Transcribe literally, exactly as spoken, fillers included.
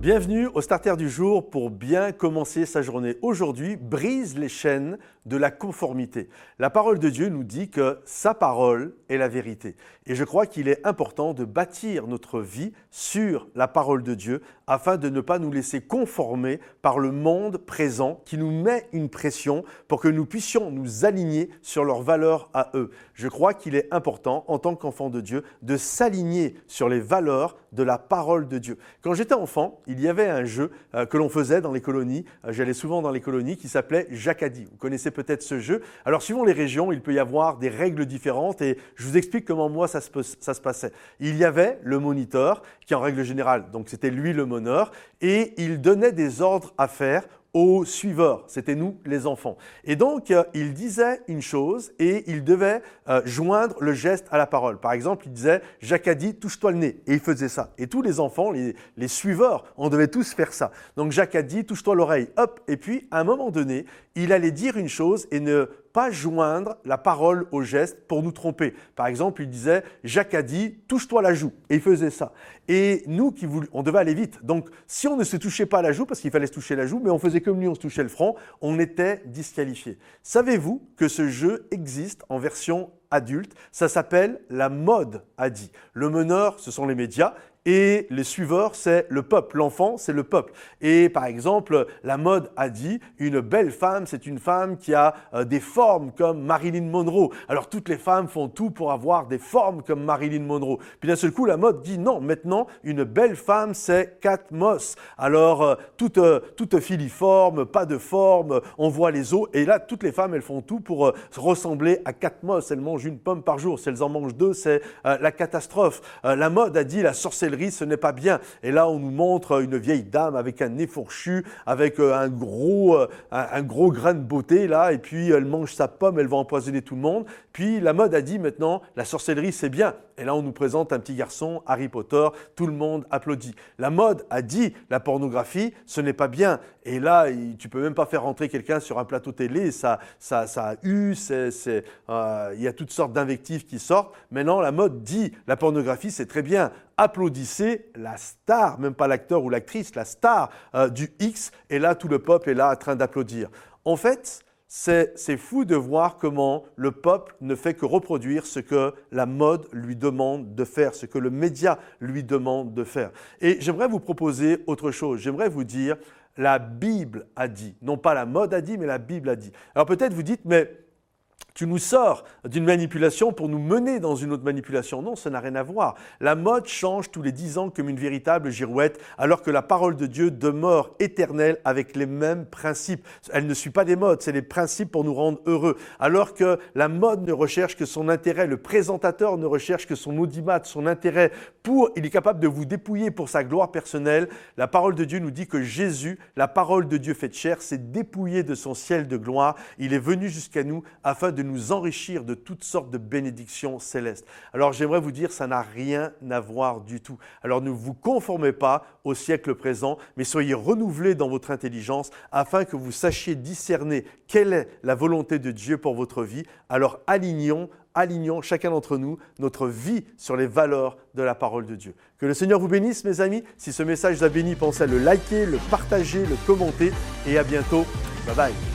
Bienvenue au Starter du jour pour bien commencer sa journée. Aujourd'hui, brise les chaînes de la conformité. La parole de Dieu nous dit que sa parole est la vérité. Et je crois qu'il est important de bâtir notre vie sur la parole de Dieu afin de ne pas nous laisser conformer par le monde présent qui nous met une pression pour que nous puissions nous aligner sur leurs valeurs à eux. Je crois qu'il est important en tant qu'enfant de Dieu de s'aligner sur les valeurs de la parole de Dieu. Quand j'étais enfant, il y avait un jeu euh, que l'on faisait dans les colonies, euh, j'allais souvent dans les colonies, qui s'appelait Jacadie. Vous connaissez peut-être ce jeu. Alors suivant les régions, il peut y avoir des règles différentes et je vous explique comment moi ça se, ça se passait. Il y avait le moniteur qui en règle générale, donc c'était lui le meneur, et il donnait des ordres à faire aux suiveurs, c'était nous les enfants. Et donc, euh, il disait une chose et il devait euh, joindre le geste à la parole. Par exemple, il disait « Jacques a dit, touche-toi le nez » et il faisait ça. Et tous les enfants, les, les suiveurs, on devait tous faire ça. Donc Jacques a dit « touche-toi l'oreille » hop. Et puis, à un moment donné, il allait dire une chose et ne pas joindre la parole au geste pour nous tromper. Par exemple, il disait « Jacques a dit, touche-toi la joue » et il faisait ça. Et nous, qui voulions, on devait aller vite. Donc, si on ne se touchait pas la joue, parce qu'il fallait se toucher la joue, mais on faisait comme lui, on se touchait le front, on était disqualifié. Savez-vous que ce jeu existe en version adulte? Ça s'appelle la mode a dit. Le meneur, ce sont les médias. Et les suiveurs, c'est le peuple. L'enfant, c'est le peuple. Et par exemple, la mode a dit, une belle femme, c'est une femme qui a euh, des formes comme Marilyn Monroe. Alors toutes les femmes font tout pour avoir des formes comme Marilyn Monroe. Puis d'un seul coup, la mode dit non, maintenant, une belle femme, c'est Kate Moss. Alors, euh, toute, euh, toute filiforme, pas de forme, on voit les os. Et là, toutes les femmes, elles font tout pour euh, ressembler à Kate Moss. Elles mangent une pomme par jour. Si elles en mangent deux, c'est euh, la catastrophe. Euh, la mode a dit, la sorcellerie, ce n'est pas bien. Et là, on nous montre une vieille dame avec un nez fourchu, avec un gros, un, un gros grain de beauté, là, et puis elle mange sa pomme, elle va empoisonner tout le monde. Puis la mode a dit maintenant, la sorcellerie, c'est bien. Et là, on nous présente un petit garçon, Harry Potter, tout le monde applaudit. La mode a dit, la pornographie, ce n'est pas bien. Et là, tu peux même pas faire rentrer quelqu'un sur un plateau télé, ça, ça, ça a eu, c'est, c'est, euh, il y a toutes sortes d'invectives qui sortent. Maintenant, la mode dit, la pornographie, c'est très bien. Applaudissez la star, même pas l'acteur ou l'actrice, la star euh, du X. Et là, tout le peuple est là en train d'applaudir. En fait, c'est, c'est fou de voir comment le peuple ne fait que reproduire ce que la mode lui demande de faire, ce que le média lui demande de faire. Et j'aimerais vous proposer autre chose. J'aimerais vous dire, la Bible a dit. Non pas la mode a dit, mais la Bible a dit. Alors peut-être vous dites, mais tu nous sors d'une manipulation pour nous mener dans une autre manipulation. Non, ça n'a rien à voir. La mode change tous les dix ans comme une véritable girouette, alors que la parole de Dieu demeure éternelle avec les mêmes principes. Elle ne suit pas des modes, c'est les principes pour nous rendre heureux. Alors que la mode ne recherche que son intérêt, le présentateur ne recherche que son audimat, son intérêt. Pour, il est capable de vous dépouiller pour sa gloire personnelle. La parole de Dieu nous dit que Jésus, la parole de Dieu faite chair, s'est dépouillé de son ciel de gloire. Il est venu jusqu'à nous afin de nous enrichir de toutes sortes de bénédictions célestes. Alors j'aimerais vous dire, ça n'a rien à voir du tout. Alors ne vous conformez pas au siècle présent, mais soyez renouvelés dans votre intelligence afin que vous sachiez discerner quelle est la volonté de Dieu pour votre vie. Alors alignons, alignons chacun d'entre nous notre vie sur les valeurs de la parole de Dieu. Que le Seigneur vous bénisse, mes amis. Si ce message vous a béni, pensez à le liker, le partager, le commenter et à bientôt. Bye bye.